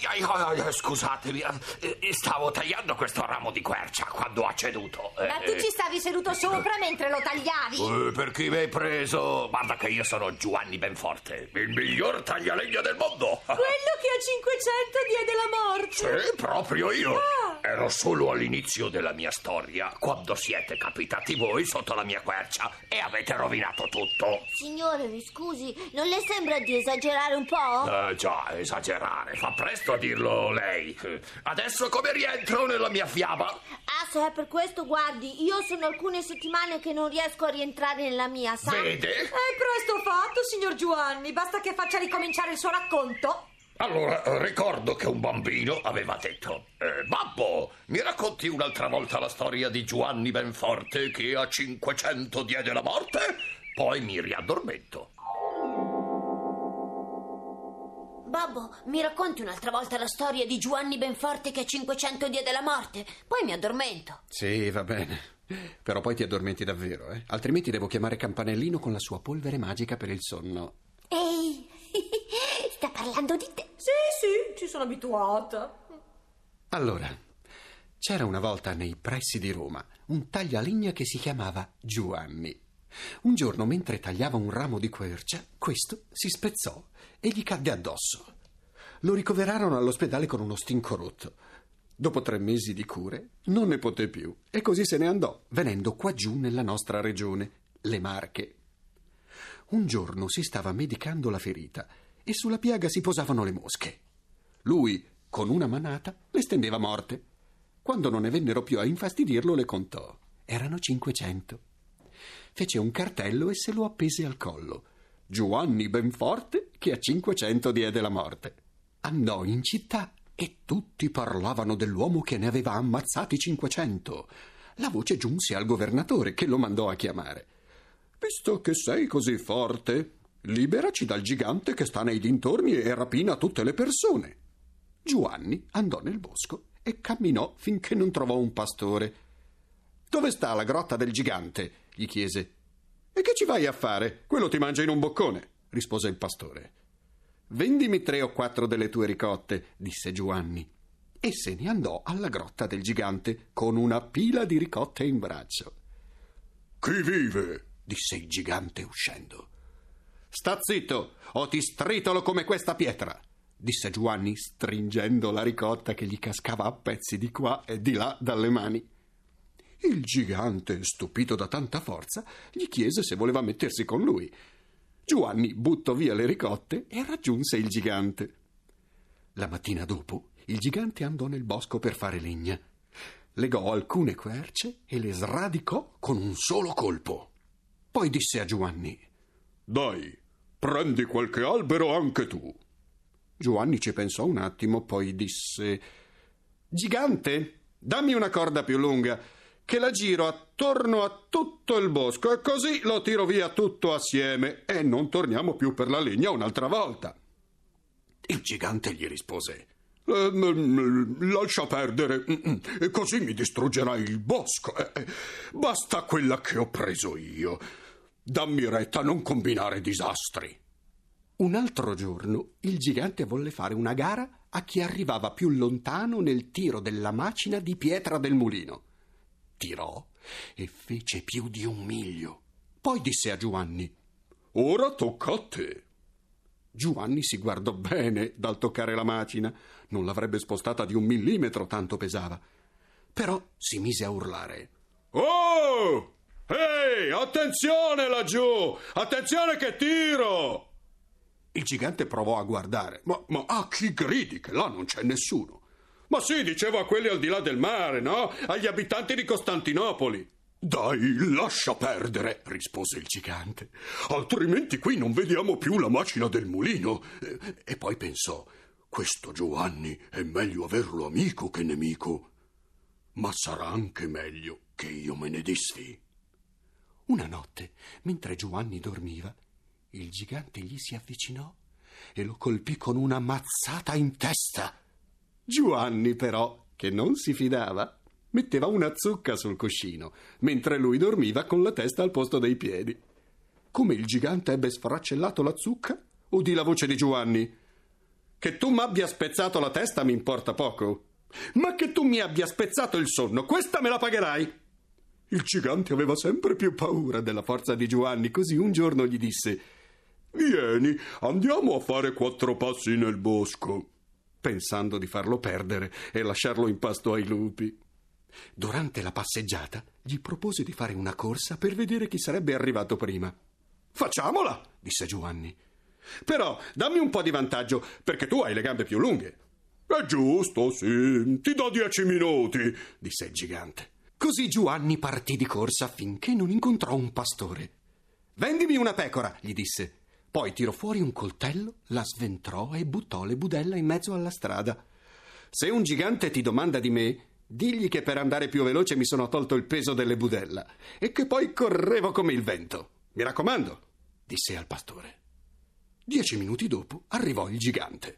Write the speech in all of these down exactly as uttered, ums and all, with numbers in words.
ai, ai, ai, scusatemi, eh, stavo tagliando questo ramo di quercia quando ha ceduto. Eh, Ma tu ci stavi seduto sopra mentre lo tagliavi? Eh, per chi mi hai preso? Guarda che io sono Giovanni Benforte, il miglior taglialegna del mondo. Quello che a cinquecento diede la morte. Sì, proprio io. Ah. Ero solo all'inizio della mia storia, quando siete capitati voi sotto la mia quercia e avete rovinato tutto. Signore, mi scusi, non le sembra di esagerare un po'? Eh già, esagerare, fa presto a dirlo lei. Adesso come rientro nella mia fiaba? Ah, se è per questo, guardi, io sono alcune settimane che non riesco a rientrare nella mia, sa? Vede? È presto fatto, signor Giovanni, basta che faccia ricominciare il suo racconto. Allora, ricordo che un bambino aveva detto: eh, Babbo, mi racconti un'altra volta la storia di Giovanni Benforte che a cinquecento diede la morte? Poi mi riaddormento. Babbo, mi racconti un'altra volta la storia di Giovanni Benforte che a cinquecento diede la morte? Poi mi addormento. Sì, va bene. Però poi ti addormenti davvero, eh? Altrimenti devo chiamare Campanellino con la sua polvere magica per il sonno. Ehi, sta parlando di te. Sì, sì, ci sono abituata. Allora, c'era una volta nei pressi di Roma un taglialegna che si chiamava Giovanni. Un giorno, mentre tagliava un ramo di quercia, questo si spezzò e gli cadde addosso. Lo ricoverarono all'ospedale con uno stinco rotto. Dopo tre mesi di cure non ne poté più e così se ne andò, venendo qua giù nella nostra regione, le Marche. Un giorno si stava medicando la ferita e sulla piaga si posavano le mosche. Lui, con una manata, le stendeva morte. Quando non ne vennero più a infastidirlo, le contò. Erano cinquecento. Fece un cartello e se lo appese al collo. Giovanni Benforte che a cinquecento diede la morte. Andò in città e tutti parlavano dell'uomo che ne aveva ammazzati cinquecento. La voce giunse al governatore che lo mandò a chiamare. Visto che sei così forte, liberaci dal gigante che sta nei dintorni e rapina tutte le persone. Giovanni andò nel bosco e camminò finché non trovò un pastore. Dove sta la grotta del gigante? Gli chiese. E che ci vai a fare? Quello ti mangia in un boccone, rispose il pastore. Vendimi tre o quattro delle tue ricotte, disse Giovanni, e se ne andò alla grotta del gigante con una pila di ricotte in braccio. Chi vive? Disse il gigante uscendo. Sta zitto, o ti stritolo come questa pietra, disse Giovanni stringendo la ricotta che gli cascava a pezzi di qua e di là dalle mani. Il gigante, stupito da tanta forza, gli chiese se voleva mettersi con lui. Giovanni buttò via le ricotte e raggiunse il gigante. La mattina dopo, il gigante andò nel bosco per fare legna. Legò alcune querce e le sradicò con un solo colpo. Poi disse a Giovanni: Dai, prendi qualche albero anche tu. Giovanni ci pensò un attimo, poi disse: Gigante, dammi una corda più lunga, che la giro attorno a tutto il bosco e così lo tiro via tutto assieme e non torniamo più per la legna un'altra volta. Il gigante gli rispose: eh, lascia perdere, così mi distruggerai il bosco. Eh, basta quella che ho preso io. Dammi retta a non combinare disastri. Un altro giorno il gigante volle fare una gara a chi arrivava più lontano nel tiro della macina di pietra del mulino. Tirò e fece più di un miglio. Poi disse a Giovanni: Ora tocca a te. Giovanni si guardò bene dal toccare la macina. Non l'avrebbe spostata di un millimetro, tanto pesava. Però si mise a urlare: Oh! Ehi, attenzione laggiù! Attenzione che tiro! Il gigante provò a guardare. Ma, ma a chi gridi? Che là non c'è nessuno. Ma sì, dicevo a quelli al di là del mare, no? Agli abitanti di Costantinopoli. Dai, lascia perdere, rispose il gigante. Altrimenti qui non vediamo più la macina del mulino. E, e poi pensò: questo Giovanni è meglio averlo amico che nemico. Ma sarà anche meglio che io me ne disfi. Una notte, mentre Giovanni dormiva, il gigante gli si avvicinò e lo colpì con una mazzata in testa. Giovanni, però, che non si fidava, metteva una zucca sul cuscino, mentre lui dormiva con la testa al posto dei piedi. Come il gigante ebbe sfracellato la zucca, udì la voce di Giovanni: Che tu m'abbia spezzato la testa mi importa poco, ma che tu mi abbia spezzato il sonno, questa me la pagherai. Il gigante aveva sempre più paura della forza di Giovanni, così un giorno gli disse: vieni, andiamo a fare quattro passi nel bosco, pensando di farlo perdere e lasciarlo in pasto ai lupi. Durante la passeggiata gli propose di fare una corsa per vedere chi sarebbe arrivato prima. Facciamola, disse Giovanni. Però dammi un po' di vantaggio, perché tu hai le gambe più lunghe. È giusto, sì, ti do dieci minuti, disse il gigante. Così Giovanni partì di corsa finché non incontrò un pastore. Vendimi una pecora, gli disse. Poi tirò fuori un coltello, la sventrò e buttò le budella in mezzo alla strada. Se un gigante ti domanda di me, digli che per andare più veloce mi sono tolto il peso delle budella e che poi correvo come il vento. Mi raccomando, disse al pastore. Dieci minuti dopo arrivò il gigante.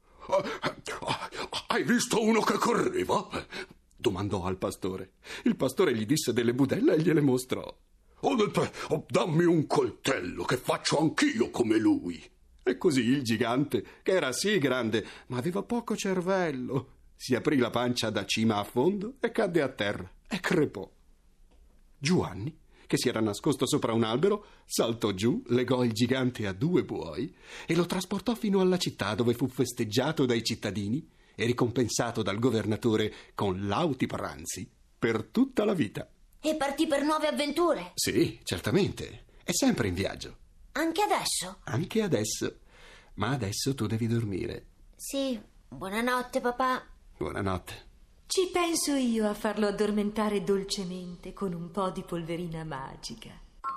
Hai visto uno che correva? Domandò al pastore. Il pastore gli disse delle budella e gliele mostrò. Oh, oh, dammi un coltello che faccio anch'io come lui. E così il gigante, che era sì grande ma aveva poco cervello, si aprì la pancia da cima a fondo e cadde a terra e crepò. Giovanni, che si era nascosto sopra un albero, saltò giù, legò il gigante a due buoi e lo trasportò fino alla città, dove fu festeggiato dai cittadini e ricompensato dal governatore con lauti pranzi per tutta la vita. E partì per nuove avventure? Sì, certamente. È sempre in viaggio. Anche adesso? Anche adesso. Ma adesso tu devi dormire. Sì, buonanotte, papà. Buonanotte. Ci penso io a farlo addormentare dolcemente con un po' di polverina magica.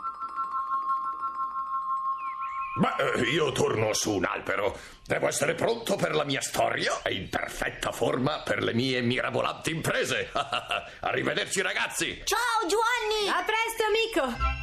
Beh, io torno su un albero. Devo essere pronto per la mia storia e in perfetta forma per le mie mirabolanti imprese. Arrivederci, ragazzi. Ciao, Giovanni. A presto, amico.